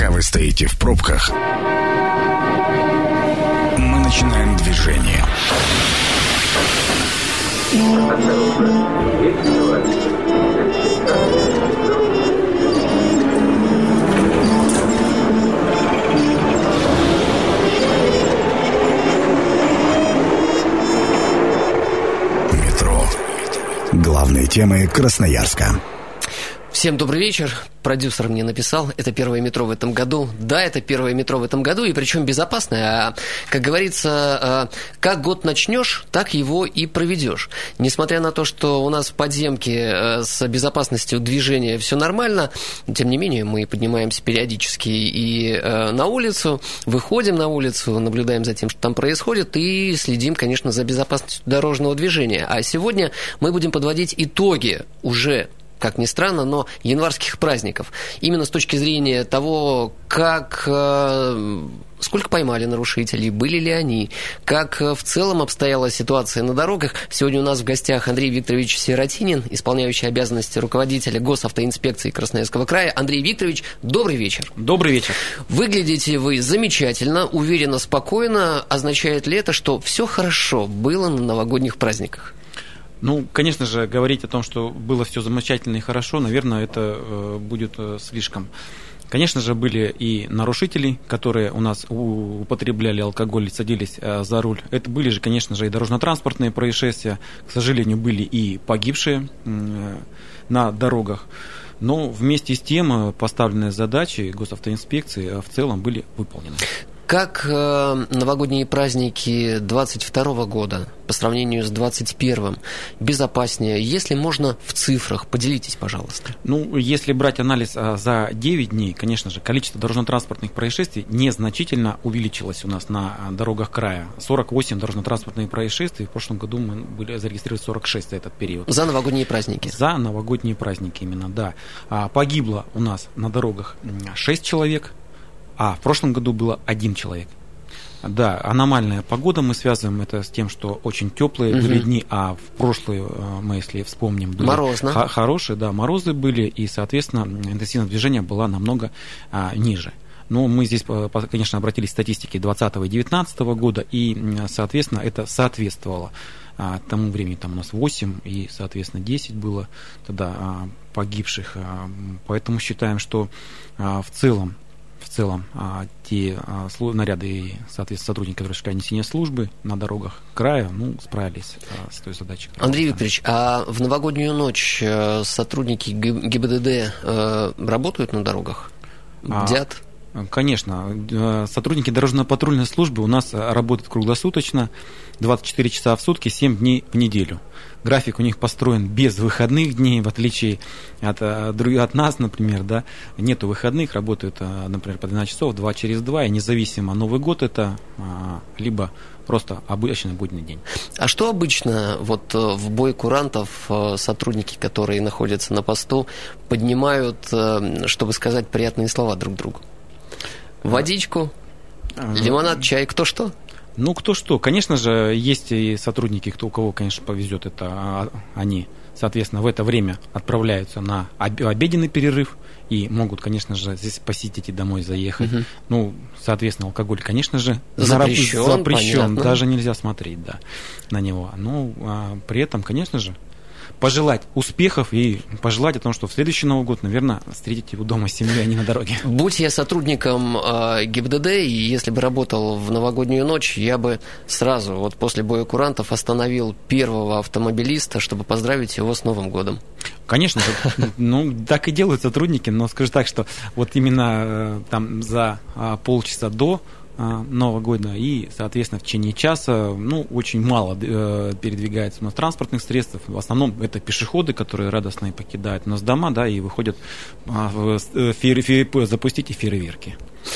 Пока вы стоите в пробках, мы начинаем движение. Метро. Главные темы Красноярска. Всем добрый вечер. Продюсер мне написал, это первое метро в этом году. Да, это первое метро в этом году, и причем безопасное. А, как говорится, как год начнешь, так его и проведешь. Несмотря на то, что у нас в подземке с безопасностью движения все нормально, тем не менее мы поднимаемся периодически и на улицу, выходим на улицу, наблюдаем за тем, что там происходит, и следим, конечно, за безопасностью дорожного движения. А сегодня мы будем подводить итоги уже, как ни странно, но январских праздников. Именно с точки зрения того, сколько поймали нарушителей, были ли они, как в целом обстояла ситуация на дорогах. Сегодня у нас в гостях Андрей Викторович Сиротинин, исполняющий обязанности руководителя Госавтоинспекции Красноярского края. Андрей Викторович, добрый вечер. Добрый вечер. Выглядите вы замечательно, уверенно, спокойно. Означает ли это, что все хорошо было на новогодних праздниках? Ну, конечно же, говорить о том, что было все замечательно и хорошо, наверное, это будет слишком. Конечно же, были и нарушители, которые у нас употребляли алкоголь и садились за руль. Это были же, конечно же, и дорожно-транспортные происшествия. К сожалению, были и погибшие на дорогах. Но вместе с тем поставленные задачи госавтоинспекции в целом были выполнены. Как новогодние праздники 22 года по сравнению с 21-м безопаснее, если можно в цифрах? Поделитесь, пожалуйста. Ну, если брать анализ за 9 дней, конечно же, количество дорожно-транспортных происшествий незначительно увеличилось у нас на дорогах края. 48 дорожно-транспортных происшествий. В прошлом году мы были зарегистрировали 46 за этот период. За новогодние праздники? За новогодние праздники именно, да. Погибло у нас на дорогах 6 человек. А в прошлом году было 1 человек. Да, аномальная погода, мы связываем это с тем, что очень теплые были дни, а в прошлые, мы, если вспомним, были морозно. Хорошие, да, морозы были, и, соответственно, интенсивность движения была намного ниже. Но мы здесь, конечно, обратились к статистике 2020 и 2019 года, и, соответственно, это соответствовало тому времени. Там у нас 8 и, соответственно, 10 было тогда погибших. Поэтому считаем, что в целом те наряды и, соответственно, сотрудники, которые шли несения службы на дорогах края, справились с той задачей. Андрей Викторович, а в новогоднюю ночь сотрудники ГИБДД работают на дорогах? Бдят? Конечно. Сотрудники дорожно-патрульной службы у нас работают круглосуточно, 24 часа в сутки, 7 дней в неделю. График у них построен без выходных дней, в отличие от нас, например, да, нету выходных, работают, например, по 12 часов, 2 через 2, и независимо, Новый год это либо просто обычный будний день. А что обычно вот в бой курантов сотрудники, которые находятся на посту, поднимают, чтобы сказать приятные слова друг другу? Водичку, лимонад, чай, кто что? Ну, кто что. Конечно же, есть и сотрудники, у кого, конечно, повезет, это они, соответственно, в это время отправляются на обеденный перерыв и могут, конечно же, здесь посетить и домой заехать. Ну, соответственно, алкоголь, конечно же, запрещен, даже нельзя смотреть, да, на него. Но при этом, конечно же, пожелать успехов и пожелать о том, что в следующий Новый год, наверное, встретите его дома с семьей, а не на дороге. Будь я сотрудником ГИБДД, и если бы работал в новогоднюю ночь, я бы сразу, вот после боя курантов, остановил первого автомобилиста, чтобы поздравить его с Новым годом. Конечно же, так и делают сотрудники, но скажу так, что вот именно там за полчаса до Нового года и, соответственно, в течение часа, очень мало передвигается у нас транспортных средств. В основном это пешеходы, которые радостно покидают у нас дома, да, и выходят запустить фейерверки.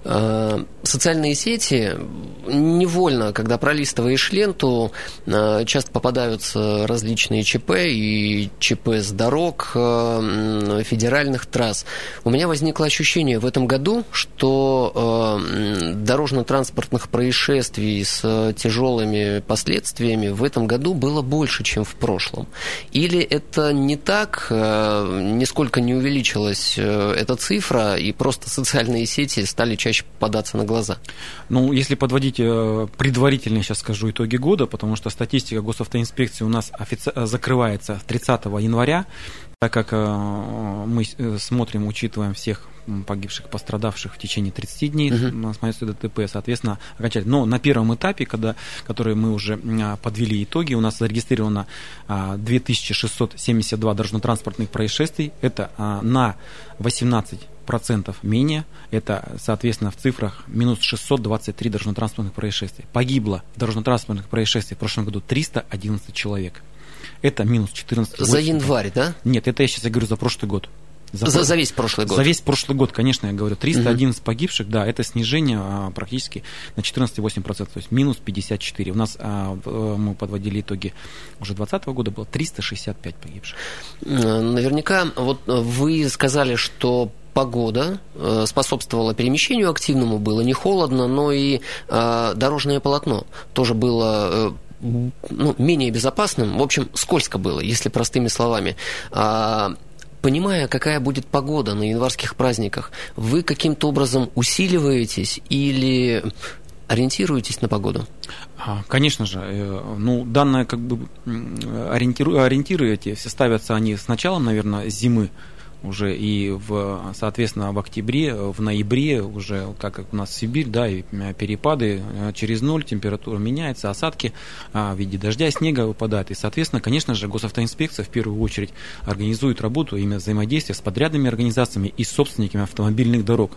Социальные сети невольно, когда пролистываешь ленту, часто попадаются различные ЧП и ЧП с дорог, федеральных трасс. У меня возникло ощущение в этом году, что дорожно-транспортных происшествий с тяжелыми последствиями в этом году было больше, чем в прошлом. Или это не так, нисколько не увеличилась эта цифра, и просто социальные сети стали чаще попадаться на глаза? Ну, если подводить предварительно, сейчас скажу итоги года, потому что статистика госавтоинспекции у нас закрывается 30 января, так как мы смотрим, учитываем всех погибших, пострадавших в течение 30 дней с момента ДТП, соответственно, окончательно. Но на первом этапе, который мы уже подвели итоги, у нас зарегистрировано 2672 дорожно-транспортных происшествий. Это на 18% менее. Это, соответственно, в цифрах минус 623 дорожно-транспортных происшествий. Погибло в дорожно-транспортных происшествиях в прошлом году 311 человек. Это минус 14%. За январь, да? Нет, это я сейчас говорю за прошлый год. За весь прошлый год? За весь прошлый год, конечно, я говорю. 311 погибших, да, это снижение практически на 14,8%, то есть минус 54. У нас мы подводили итоги уже 2020 года, было 365 погибших. Наверняка, вот вы сказали, что погода способствовала перемещению активному, было не холодно, но и дорожное полотно тоже было менее безопасным. В общем, скользко было, если простыми словами. Понимая, какая будет погода на январских праздниках, вы каким-то образом усиливаетесь или ориентируетесь на погоду? Конечно же. Данные ориентиры эти все ставятся они с началом, наверное, зимы уже, и соответственно в октябре, в ноябре уже, как у нас Сибирь, да, и перепады через ноль, температура меняется, осадки в виде дождя, снега выпадают, и, соответственно, конечно же, госавтоинспекция в первую очередь организует работу, именно взаимодействие с подрядными организациями и собственниками автомобильных дорог.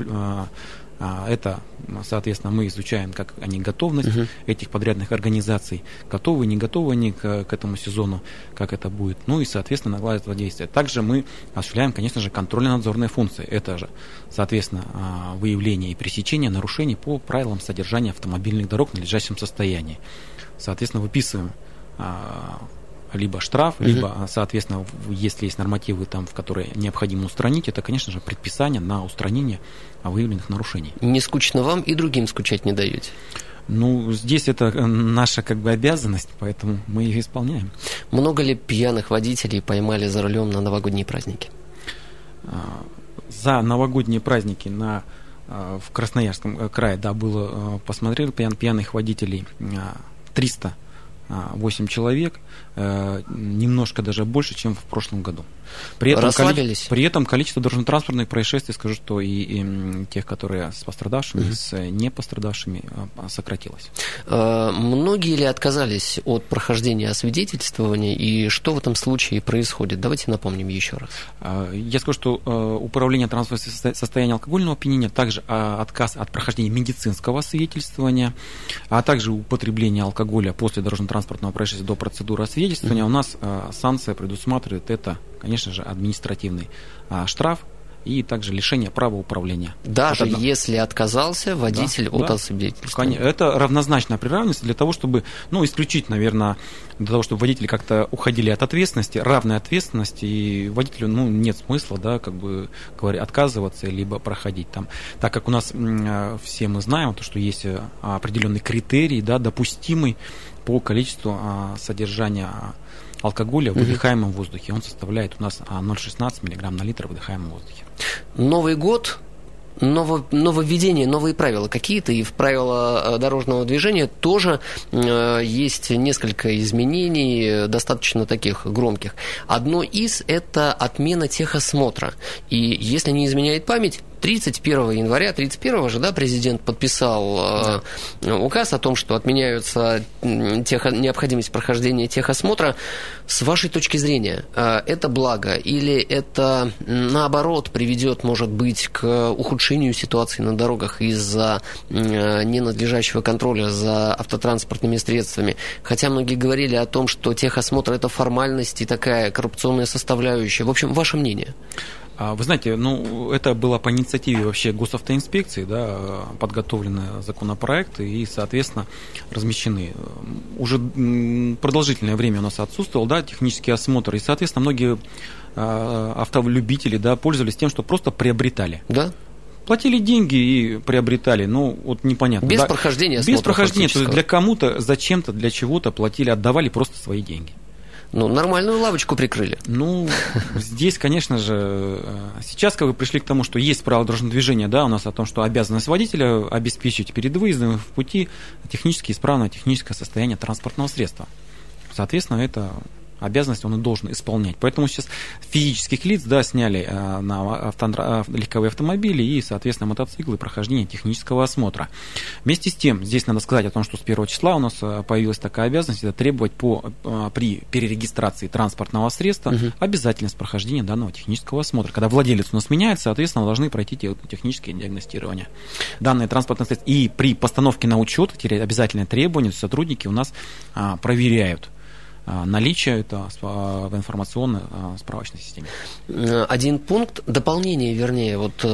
Это, соответственно, мы изучаем, как они готовность этих подрядных организаций, готовы, не готовы они к этому сезону, как это будет, и, соответственно, налаживать действия. Также мы осуществляем, конечно же, контрольно-надзорные функции. Это же, соответственно, выявление и пресечение нарушений по правилам содержания автомобильных дорог в надлежащем состоянии. Соответственно, выписываем либо штраф, либо, соответственно, если есть нормативы, в которые необходимо устранить, это, конечно же, предписание на устранение выявленных нарушений. Не скучно вам и другим скучать не даете? Здесь это наша обязанность, поэтому мы ее исполняем. Много ли пьяных водителей поймали за рулем на новогодние праздники? За новогодние праздники в Красноярском крае, было, посмотрел, пьяных водителей 308 человек, немножко даже больше, чем в прошлом году. Расслабились? При этом количество дорожно-транспортных происшествий, скажу, что и тех, которые с пострадавшими, и с непострадавшими, сократилось. Многие ли отказались от прохождения освидетельствования, и что в этом случае происходит? Давайте напомним еще раз. Я скажу, что управление транспортным состоянием алкогольного опьянения, также отказ от прохождения медицинского освидетельствования, а также употребление алкоголя после дорожно-транспортного происшествия до процедуры освидетельствования, у нас санкция предусматривает это, конечно же, административный штраф и также лишение права управления. Даже если отказался водитель от освидетельствования? Это равнозначно приравнивается для того, чтобы, исключить, наверное, для того, чтобы водители как-то уходили от ответственности, равной ответственности, и водителю, нет смысла, отказываться, либо проходить там. Так как у нас все мы знаем, что есть определенный критерий, допустимый по количеству содержания алкоголя в выдыхаемом воздухе. Он составляет у нас 0,16 мг на литр в выдыхаемом воздухе. Новый год, нововведения, новые правила какие-то, и в правила дорожного движения тоже есть несколько изменений, достаточно таких громких. Одно из – это отмена техосмотра. И если не изменяет память, 31 января, 31 же, президент подписал указ о том, что отменяются необходимость прохождения техосмотра. С вашей точки зрения, это благо или это, наоборот, приведет, может быть, к ухудшению ситуации на дорогах из-за ненадлежащего контроля за автотранспортными средствами? Хотя многие говорили о том, что техосмотр – это формальность и такая коррупционная составляющая. В общем, ваше мнение? Вы знаете, это было по инициативе вообще госавтоинспекции, да, подготовлены законопроекты и, соответственно, размещены. Уже продолжительное время у нас отсутствовал, да, технический осмотр, и, соответственно, многие автолюбители, да, пользовались тем, что просто приобретали. Да. Платили деньги и приобретали, непонятно. Без прохождения осмотра. Без прохождения, то есть для кому-то, зачем-то, для чего-то платили, отдавали просто свои деньги. Нормальную лавочку прикрыли. Здесь, конечно же, сейчас как бы пришли к тому, что есть правила дорожного движения, да, у нас о том, что обязанность водителя обеспечить перед выездом в пути технически исправное техническое состояние транспортного средства. Соответственно, это обязанность он и должен исполнять. Поэтому сейчас физических лиц, да, сняли на легковые автомобили и, соответственно, мотоциклы прохождение технического осмотра. Вместе с тем, здесь надо сказать о том, что с 1 числа у нас появилась такая обязанность, это требовать при перерегистрации транспортного средства обязательность прохождения данного технического осмотра. Когда владелец у нас меняется, соответственно, должны пройти технические диагностирования. Данные транспортные средства. И при постановке на учет, обязательное требование, сотрудники у нас проверяют наличие это в информационной справочной системе. Один пункт, дополнение, вернее,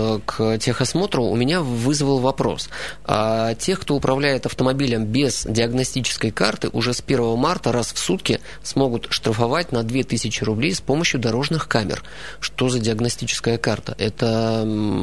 к техосмотру у меня вызвал вопрос. Тех, кто управляет автомобилем без диагностической карты, уже с 1 марта раз в сутки смогут штрафовать на 2000 рублей с помощью дорожных камер. Что за диагностическая карта? Это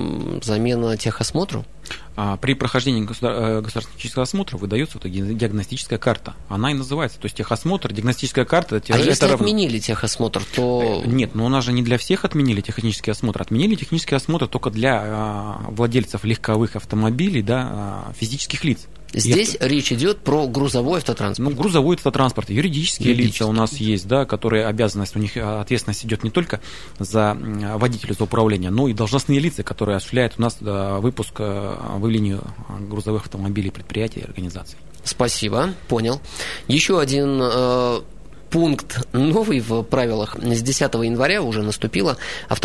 замена техосмотру? При прохождении государственного технического осмотра выдается диагностическая карта. Она и называется. То есть техосмотр, диагностическая карта. Если отменили техосмотр, то... Нет, у нас же не для всех отменили технический осмотр. Отменили технический осмотр только для владельцев легковых автомобилей, да, физических лиц. Здесь речь идет про грузовой автотранспорт. Грузовой автотранспорт, юридические лица у нас есть, да, которые обязанность, у них ответственность идет не только за водителя, за управление, но и должностные лица, которые осуществляют у нас выпуск, выявление грузовых автомобилей, предприятий и организаций. Спасибо, понял. Еще один пункт новый в правилах. С 10 января уже наступило.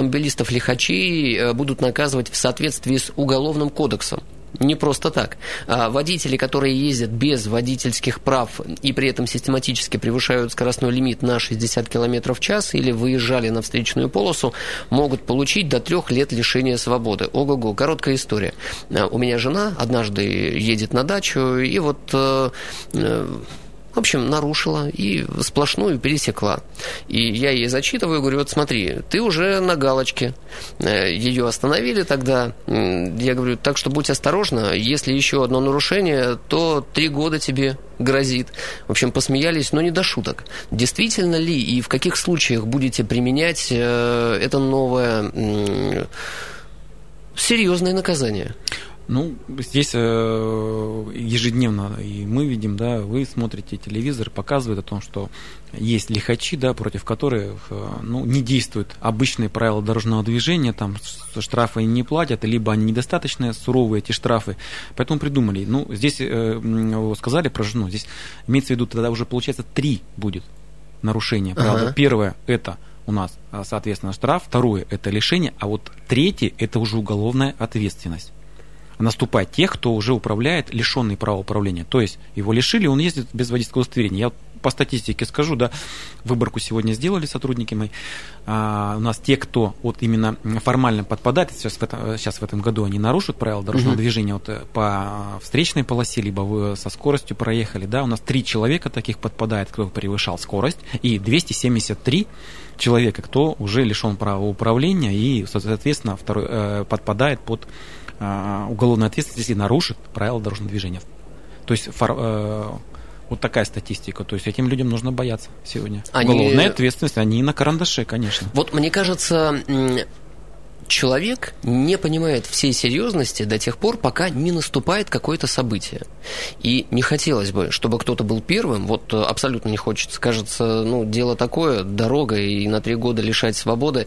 Автомобилистов-лихачей будут наказывать в соответствии с Уголовным кодексом. Не просто так. Водители, которые ездят без водительских прав и при этом систематически превышают скоростной лимит на 60 км в час или выезжали на встречную полосу, могут получить до 3 лет лишения свободы. Ого-го, короткая история. У меня жена однажды едет на дачу и в общем, нарушила и сплошную пересекла. И я ей зачитываю, говорю, смотри, ты уже на галочке. Ее остановили тогда. Я говорю, так что будь осторожна, если еще одно нарушение, то 3 года тебе грозит. В общем, посмеялись, но не до шуток. Действительно ли и в каких случаях будете применять это новое серьезное наказание? Здесь ежедневно и мы видим, да, вы смотрите телевизор, показывают о том, что есть лихачи, да, против которых не действуют обычные правила дорожного движения, там штрафы не платят, либо они недостаточно суровые, эти штрафы. Поэтому придумали. Здесь сказали про жену, здесь имеется в виду, тогда уже получается 3 будет нарушения правил. Первое – это у нас, соответственно, штраф, второе – это лишение, а вот третье – это уже уголовная ответственность. Наступать тех, кто уже управляет, лишенный права управления. То есть его лишили, он ездит без водительского удостоверения. Я по статистике скажу, да, выборку сегодня сделали сотрудники мои. У нас те, кто именно формально подпадает, сейчас в этом году они нарушат правила дорожного движения по встречной полосе, либо со скоростью проехали. Да, у нас 3 человека таких подпадает, кто превышал скорость, и 273 человека, кто уже лишен права управления и, соответственно, подпадает под уголовная ответственность, если нарушит правила дорожного движения. То есть вот такая статистика. То есть этим людям нужно бояться сегодня. Уголовная ответственность, они на карандаше, конечно. Вот мне кажется, человек не понимает всей серьезности до тех пор, пока не наступает какое-то событие. И не хотелось бы, чтобы кто-то был первым, абсолютно не хочется. Кажется, дело такое, дорога, и на 3 года лишать свободы,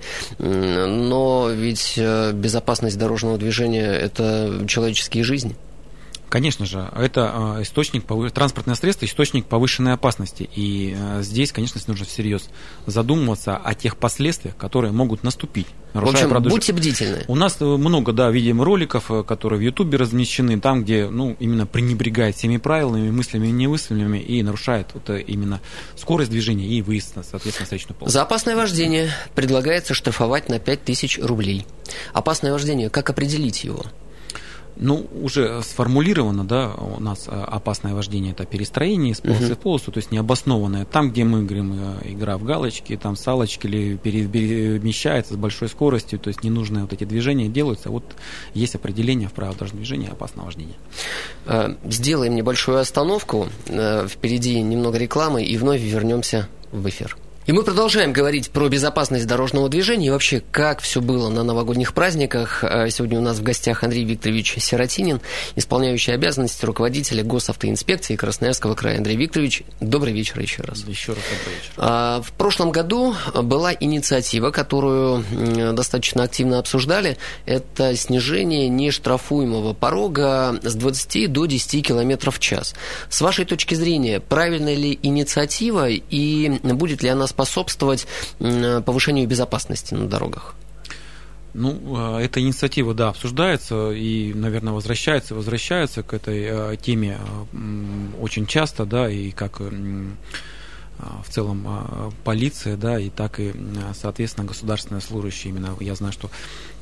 но ведь безопасность дорожного движения – это человеческие жизни. Конечно же, это транспортное средство, источник повышенной опасности. И здесь, конечно, нужно всерьез задумываться о тех последствиях, которые могут наступить. В общем, будьте бдительны. У нас много, видим роликов, которые в Ютубе размещены, там, где именно пренебрегает всеми правилами, мыслями и невыслями и нарушает именно скорость движения и выезд, соответственно, встречную полосу. За опасное вождение предлагается штрафовать на 5000 рублей. Опасное вождение, как определить его? Уже сформулировано, у нас опасное вождение – это перестроение из полосы в полосу, то есть необоснованное. Там, где мы говорим, игра в галочки, там салочки или перемещается с большой скоростью, то есть ненужные эти движения делаются. Есть определение в правилах дорожного движения опасного вождения. Сделаем небольшую остановку. Впереди немного рекламы и вновь вернемся в эфир. И мы продолжаем говорить про безопасность дорожного движения и вообще, как все было на новогодних праздниках. Сегодня у нас в гостях Андрей Викторович Сиротинин, исполняющий обязанности руководителя госавтоинспекции Красноярского края. Андрей Викторович, добрый вечер еще раз. Еще раз добрый вечер. В прошлом году была инициатива, которую достаточно активно обсуждали. Это снижение нештрафуемого порога с 20 до 10 км в час. С вашей точки зрения, правильная ли инициатива и будет ли она способствовать повышению безопасности на дорогах? Эта инициатива, обсуждается и, наверное, возвращается к этой теме очень часто, и как в целом полиция, и так и, соответственно, государственные служащие. Именно я знаю, что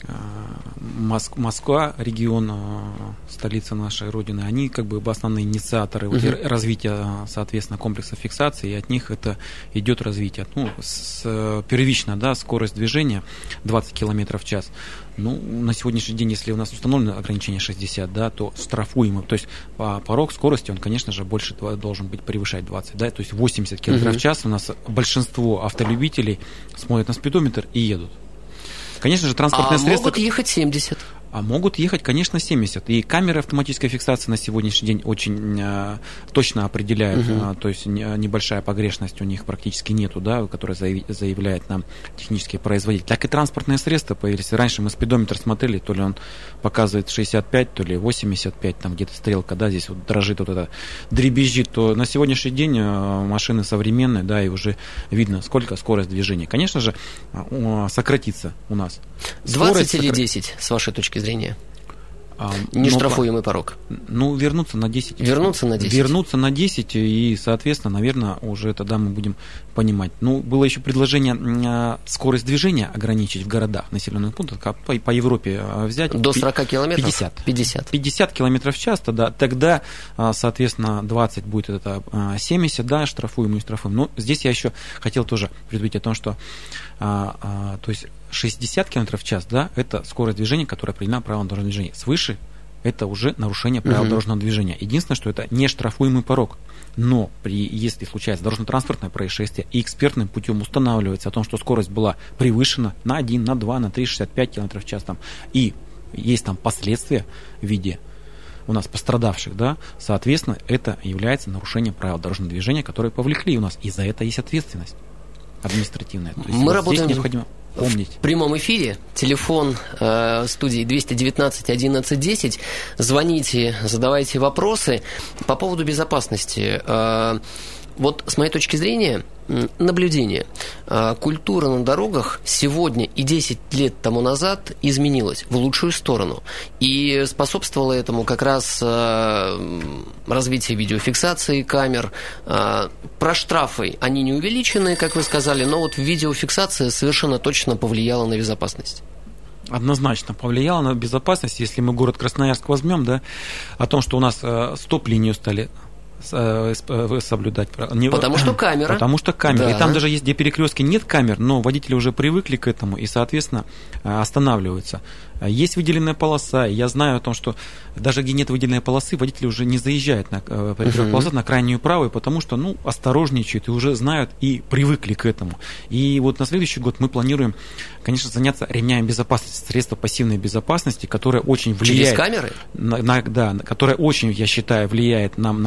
Москва, регион, столица нашей Родины, они основные инициаторы развития, соответственно, комплекса фиксации, и от них это идет развитие. Первично, скорость движения 20 км в час. На сегодняшний день, если у нас установлено ограничение 60, то штрафуемый, то есть порог скорости, он, конечно же, больше должен быть превышать 20, то есть 80 км в час. У нас большинство автолюбителей смотрят на спидометр и едут. Конечно же, транспортное средство... могут ехать 70. Могут ехать, конечно, 70. И камеры автоматической фиксации на сегодняшний день очень точно определяют, то есть небольшая погрешность у них практически нету, которая заявляет нам технический производитель. Так и транспортные средства появились. Раньше мы спидометр смотрели, то ли он показывает 65, то ли 85, там где-то стрелка, здесь дрожит это, дребезжит, то на сегодняшний день машины современные, и уже видно, сколько скорость движения. Конечно же, сократится у нас. 20 или 10, с вашей точки зрения? Нештрафуемый порог. Вернуться на 10. Вернуться на 10. Вернуться на 10, и, соответственно, наверное, уже тогда мы будем понимать. Было еще предложение скорость движения ограничить в городах, населенных пунктах, по Европе взять. До 40 километров? 50 километров в час, тогда, соответственно, 20 будет это 70, штрафуемый и штрафуемый. Но здесь я еще хотел тоже предупредить о том, что то есть 60 км в час, это скорость движения, которая определена правилом дорожного движения. Свыше это уже нарушение правил дорожного движения. Единственное, что это не штрафуемый порог. Но если случается дорожно-транспортное происшествие и экспертным путем устанавливается о том, что скорость была превышена на 1, на 2, на 3, 65 км в час, и есть там последствия в виде у нас пострадавших, соответственно, это является нарушением правил дорожного движения, которые повлекли у нас, и за это есть ответственность административная. То есть мы работаем необходимо помнить. В прямом эфире. Телефон студии 219 11 10. Звоните, задавайте вопросы. По поводу безопасности. С моей точки зрения, наблюдение. Культура на дорогах сегодня и 10 лет тому назад изменилась в лучшую сторону. И способствовало этому как раз развитие видеофиксации камер. Про штрафы они не увеличены, как вы сказали, но видеофиксация совершенно точно повлияла на безопасность. Однозначно повлияла на безопасность. Если мы город Красноярск возьмем, о том, что у нас стоп-линию стали соблюдать. Потому что камера. Потому что камера. Да. И там даже есть, где перекрестки нет камер, но водители уже привыкли к этому и, соответственно, останавливаются. Есть выделенная полоса. Я знаю о том, что даже где нет выделенной полосы, водители уже не заезжают на полосу, на крайнюю правую, потому что осторожничают и уже знают и привыкли к этому. И на следующий год мы планируем, конечно, заняться ремнями безопасности, средства пассивной безопасности, которая очень влияет. Через камеры? Которая очень, я считаю, влияет на количество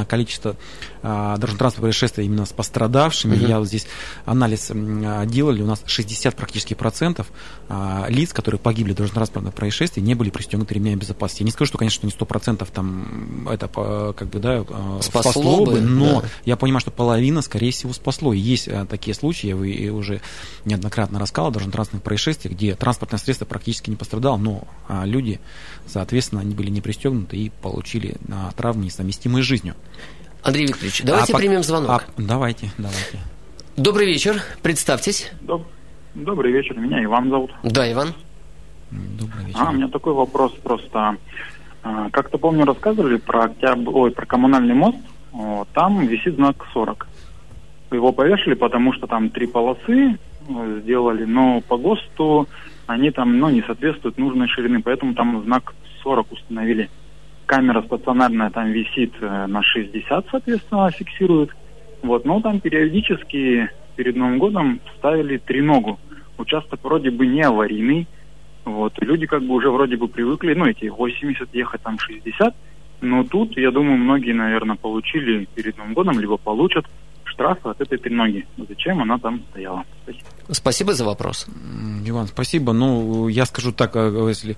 просто дорожно-транспортное происшествие именно с пострадавшими. Я вот здесь анализ делали, у нас 60 практически процентов лиц, которые погибли в дорожно-транспортном происшествии, не были пристегнуты ремнями безопасности. Я не скажу, что, конечно, не 100% там это как бы, да, спасло бы, но я понимаю, что половина, скорее всего, спасло. И есть такие случаи, я уже неоднократно рассказывал о дорожно-транспортных происшествиях, где транспортное средство практически не пострадало, но люди, соответственно, они были не пристегнуты и получили травмы, несовместимые с жизнью. Андрей Викторович, давайте примем звонок. Давайте. Добрый вечер, представьтесь. Добрый вечер, меня Иван зовут. Да, Иван. Добрый вечер. У меня такой вопрос просто. Как-то помню, рассказывали про Коммунальный мост. Там висит знак 40. Его повешали, потому что там 3 полосы сделали, но по ГОСТу они там не соответствуют нужной ширины, поэтому там знак 40 установили. Камера стационарная там висит на 60, соответственно, фиксирует. Но там периодически перед Новым годом ставили треногу. Участок вроде бы не аварийный. Люди как бы уже вроде бы привыкли, эти 80 ехать, там 60. Но тут, я думаю, многие, наверное, получили перед Новым годом, либо получат штрафы от этой треноги. Зачем она там стояла? Спасибо за вопрос. Иван, спасибо. Я скажу так, если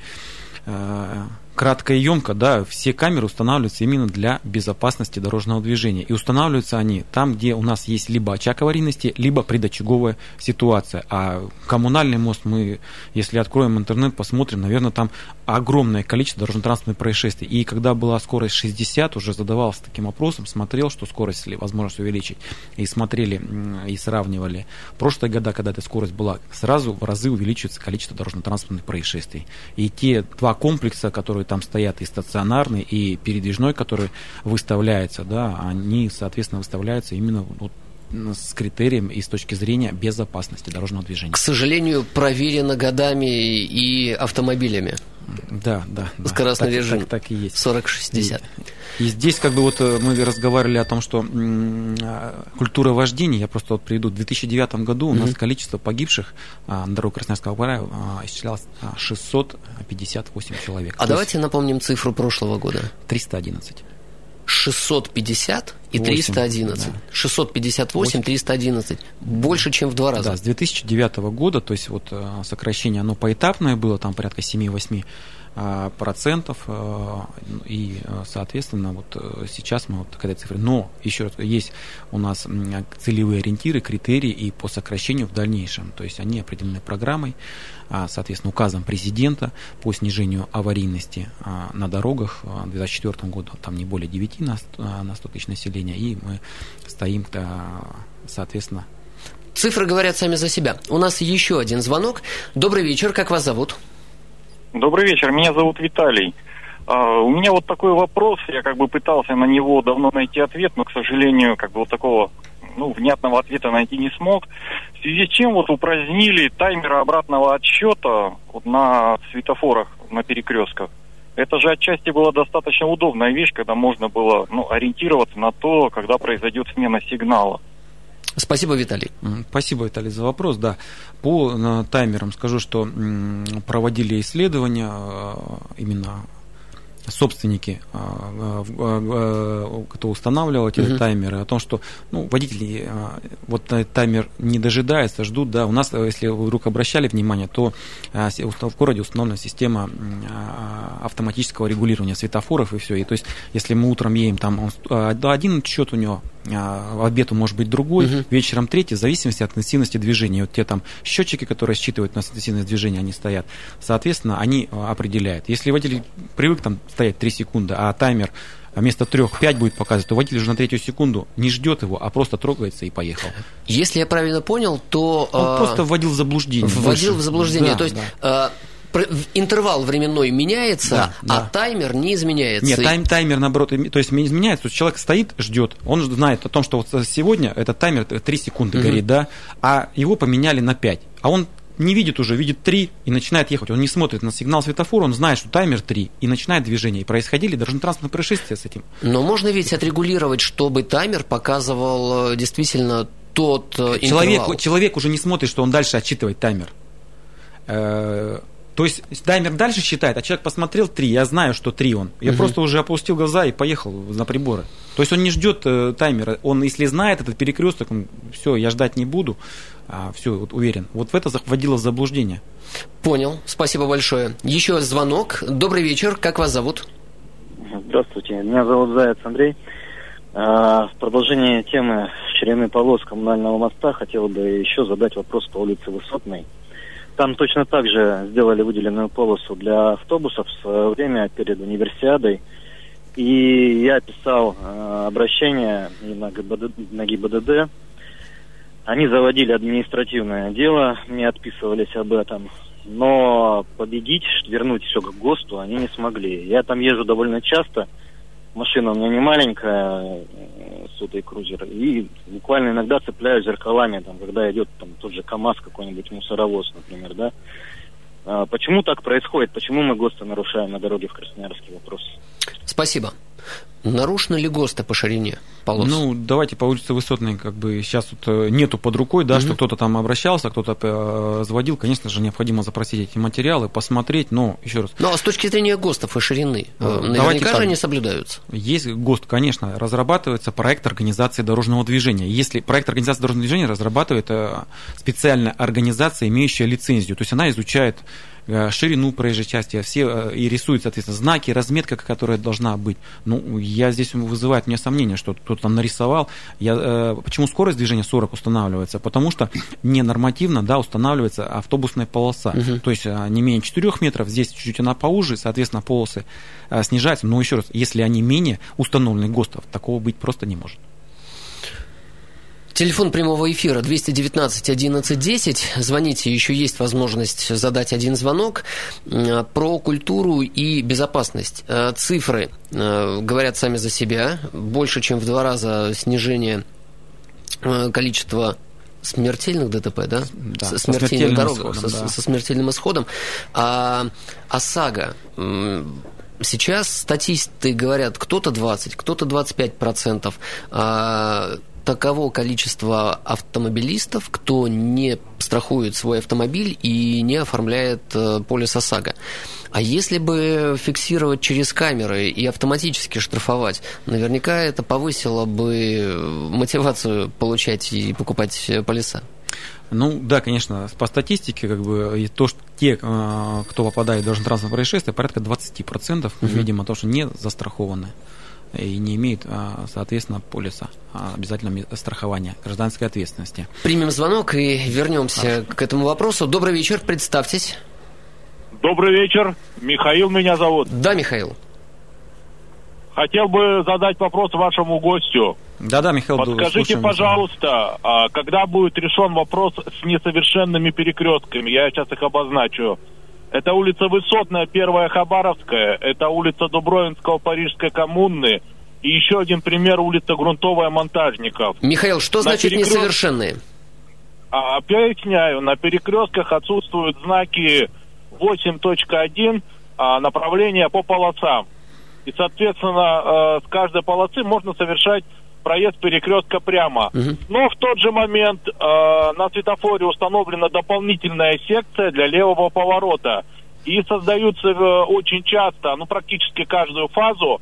кратко и емко, да, все камеры устанавливаются именно для безопасности дорожного движения. И устанавливаются они там, где у нас есть либо очаг аварийности, либо предочаговая ситуация. А коммунальный мост мы, если откроем интернет, посмотрим, наверное, там огромное количество дорожно-транспортных происшествий. И когда была скорость 60, уже задавался таким вопросом, смотрел, что скорость, если возможность увеличить, и смотрели, и сравнивали. В прошлые года, когда эта скорость была, сразу в разы увеличивается количество дорожно-транспортных происшествий. И те 2 комплекса, которые там стоят, и стационарный, и передвижной, который выставляется, да, они, соответственно, выставляются именно с критерием и с точки зрения безопасности дорожного движения. К сожалению, проверено годами и автомобилями. Да. Скоростной режим. Так и есть. 40-60. И здесь мы разговаривали о том, что культура вождения, я просто приведу, в 2009 году у нас количество погибших на дорогах Красноярского края исчислялось 658 человек. Давайте напомним цифру прошлого года. 311. 650 и 311. Да. 658, 311. Больше, чем в 2 раза. Да, с 2009 года, то есть сокращение, оно поэтапное было, там порядка 7-8%, и, соответственно, сейчас мы к этой цифре. Но, еще раз, есть у нас целевые ориентиры, критерии и по сокращению в дальнейшем. То есть они определены программой, соответственно, указом президента по снижению аварийности на дорогах. В 2004 году там не более 9 на 100 тысяч населения, и мы стоим, соответственно. Цифры говорят сами за себя. У нас еще один звонок. Добрый вечер, как вас зовут? Добрый вечер, меня зовут Виталий. У меня такой вопрос, я пытался на него давно найти ответ, но, к сожалению, такого внятного ответа найти не смог. В связи с чем упразднили таймеры обратного отсчета на светофорах, на перекрестках. Это же отчасти была достаточно удобная вещь, когда можно было ориентироваться на то, когда произойдет смена сигнала. Спасибо, Виталий. Спасибо, Виталий, за вопрос. Да. По таймерам скажу, что проводили исследования именно собственники, кто устанавливал эти таймеры, о том, что водители таймер не дожидаются, ждут. Да. У нас, если вы вдруг обращали внимание, то в городе установлена система автоматического регулирования светофоров и все. И то есть, если мы утром едем, там один отсчет у него, в обед может быть другой, вечером третий, в зависимости от интенсивности движения. Те там счетчики, которые считывают нас интенсивность движения, они стоят. Соответственно, они определяют. Если водитель привык там стоять 3 секунды, а таймер вместо 3-5 будет показывать, то водитель уже на 3 секунду не ждет его, а просто трогается и поехал. Если я правильно понял, то... Он просто вводил в заблуждение. Вводил в заблуждение. Да, то есть... Да. Интервал временной меняется, а таймер не изменяется. Нет, таймер, наоборот, то есть изменяется. То есть человек стоит, ждет. Он знает о том, что сегодня этот таймер 3 секунды горит, да, а его поменяли на 5. А он не видит уже, видит 3 и начинает ехать. Он не смотрит на сигнал светофора, он знает, что таймер 3, и начинает движение. И происходили дорожно-транспортные происшествия с этим. Но можно ведь отрегулировать, чтобы таймер показывал действительно тот интервал. Человек уже не смотрит, что он дальше отсчитывает таймер. То есть таймер дальше считает, а человек посмотрел 3, я знаю, что 3 он. Я просто уже опустил глаза и поехал на приборы. То есть он не ждет таймера. Он, если знает этот перекресток, все, я ждать не буду, все, вот, уверен. Вот в это вводило в заблуждение. Понял, спасибо большое. Еще звонок. Добрый вечер, как вас зовут? Здравствуйте, меня зовут Заяц Андрей. В продолжении темы ширины полос коммунального моста хотел бы еще задать вопрос по улице Высотной. Там точно так же сделали выделенную полосу для автобусов в свое время перед универсиадой. И я писал обращение и на ГИБДД. Они заводили административное дело, мне отписывались об этом. Но победить, вернуть все к ГОСТу они не смогли. Я там езжу довольно часто. Машина у меня не маленькая, сотый крузер. И буквально иногда цепляюсь зеркалами, там, когда идет там, тот же КАМАЗ, какой-нибудь мусоровоз, например, да. Почему так происходит? Почему мы ГОСТы нарушаем на дороге в Красноярске? Вопрос. Спасибо. Нарушены ли ГОСТы по ширине полос? Ну, давайте по улице Высотной, как бы сейчас вот нету под рукой, да, что кто-то там обращался, кто-то заводил. Конечно же, необходимо запросить эти материалы, посмотреть, но еще раз. Ну, а с точки зрения ГОСТов и ширины, наверняка же они соблюдаются. Есть ГОСТ, конечно, разрабатывается проект организации дорожного движения. Если проект организации дорожного движения разрабатывает специальная организация, имеющая лицензию, то есть она изучает ширину проезжей части, все и рисует, соответственно, знаки, разметка, которая должна быть. Ну, я здесь вызывает мне сомнение, что кто-то там нарисовал. Почему скорость движения 40 устанавливается? Потому что ненормативно, да, устанавливается автобусная полоса. То есть не менее 4 метров, здесь чуть-чуть она поуже, соответственно, полосы снижаются. Но еще раз, если они менее установленных ГОСТов, такого быть просто не может. Телефон прямого эфира 219 11 10. Звоните, еще есть возможность задать один звонок. Про культуру и безопасность. Цифры говорят сами за себя. Больше, чем в 2 раза снижение количества смертельных ДТП, да? Да, со смертельным дорогах, исходом, со смертельным исходом. А ОСАГО... Сейчас статисты говорят, кто-то 20, кто-то 25%. Таково количество автомобилистов, кто не страхует свой автомобиль и не оформляет полис ОСАГО. А если бы фиксировать через камеры и автоматически штрафовать, наверняка это повысило бы мотивацию получать и покупать полиса. Ну, да, конечно, по статистике, как бы, и то, что те, кто попадает в дорожно-транспортное происшествие, порядка 20%, видимо, то, что не застрахованы и не имеют, соответственно, полиса обязательного страхования гражданской ответственности. Примем звонок и вернемся к этому вопросу. Добрый вечер, представьтесь. Добрый вечер, Михаил меня зовут. Да, Михаил. Хотел бы задать вопрос вашему гостю. Да, Михаил. Подскажите, пожалуйста, когда будет решен вопрос с несовершенными перекрестками? Я сейчас их обозначу. Это улица Высотная, 1 Хабаровская, это улица Дубровинского, Парижской коммуны, и еще один пример, улица Грунтовая, Монтажников. Михаил, что значит несовершенные? Поясняю, на перекрестках отсутствуют знаки 8.1 направления по полосам. И, соответственно, с каждой полосы можно совершать проезд перекрестка прямо. Но в тот же момент на светофоре установлена дополнительная секция для левого поворота. И создаются очень часто, практически каждую фазу,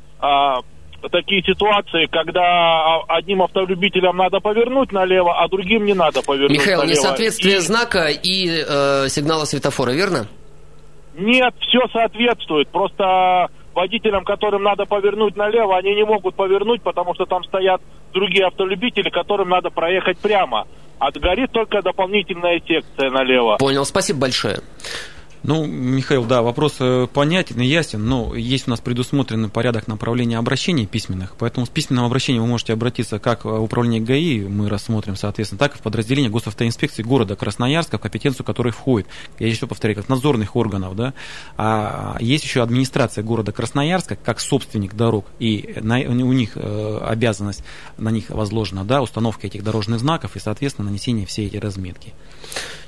такие ситуации, когда одним автолюбителям надо повернуть налево, а другим не надо повернуть Михаил, налево. несоответствие знака и сигнала светофора, верно? Нет, все соответствует. Просто водителям, которым надо повернуть налево, они не могут повернуть, потому что там стоят другие автолюбители, которым надо проехать прямо. Отгорит только дополнительная секция налево. Понял, спасибо большое. Ну, Михаил, да, вопрос понятен и ясен, но есть у нас предусмотренный порядок направления обращений письменных, поэтому с письменным обращением вы можете обратиться как в управление ГАИ, мы рассмотрим, соответственно, так и в подразделение госавтоинспекции города Красноярска, в компетенцию которой входит, я еще повторяю, как надзорных органов, да, а есть еще администрация города Красноярска, как собственник дорог, и у них обязанность, на них возложена, да, установка этих дорожных знаков и, соответственно, нанесение всей этой разметки.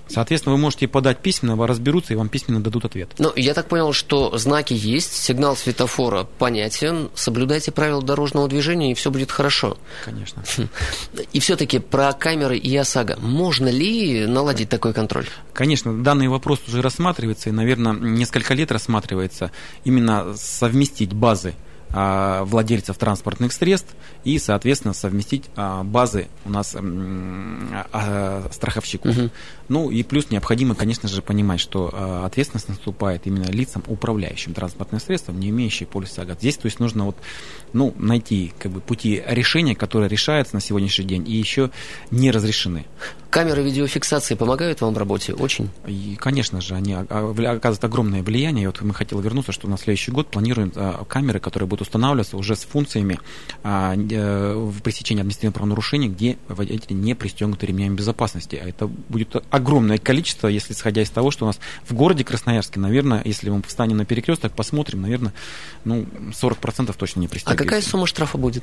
Соответственно, вы можете подать письменно, разберутся и вам письменно дадут ответ. Ну, я так понял, что знаки есть, сигнал светофора понятен, соблюдайте правила дорожного движения, и все будет хорошо. Конечно. И все-таки про камеры и ОСАГО. Можно ли наладить такой контроль? Конечно, данный вопрос уже рассматривается, и, наверное, несколько лет рассматривается именно совместить базы владельцев транспортных средств и, соответственно, совместить базы у нас страховщиков. Угу. Ну и плюс необходимо, конечно же, понимать, что ответственность наступает именно лицам, управляющим транспортным средством, не имеющим полиса ОСАГО. Здесь, то есть, нужно найти пути решения, которые решаются на сегодняшний день и еще не разрешены. Камеры видеофиксации помогают вам в работе? Очень? И, конечно же, они оказывают огромное влияние. И вот мы хотели вернуться, что на следующий год планируем камеры, которые будут устанавливаться уже с функциями пресечения административных правонарушений, где водители не пристегнуты ремнями безопасности. А это будет огромное количество, если исходя из того, что у нас в городе Красноярске, наверное, если мы встанем на перекресток, посмотрим, наверное, 40% точно не пристегиваются. А какая сумма штрафа будет?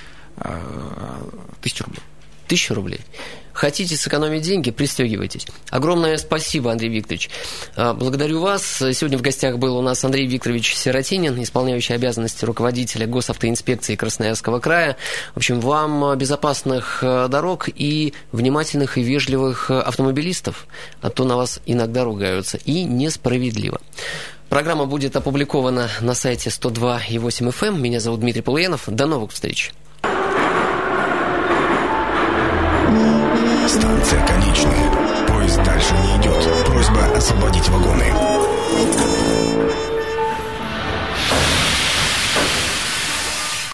1000 рублей. 1000 рублей. Хотите сэкономить деньги, пристегивайтесь. Огромное спасибо, Андрей Викторович. Благодарю вас. Сегодня в гостях был у нас Андрей Викторович Сиротинин, исполняющий обязанности руководителя госавтоинспекции Красноярского края. В общем, вам безопасных дорог и внимательных и вежливых автомобилистов, а то на вас иногда ругаются. И несправедливо. Программа будет опубликована на сайте 102.8 FM. Меня зовут Дмитрий Полуянов. До новых встреч. Станция конечная.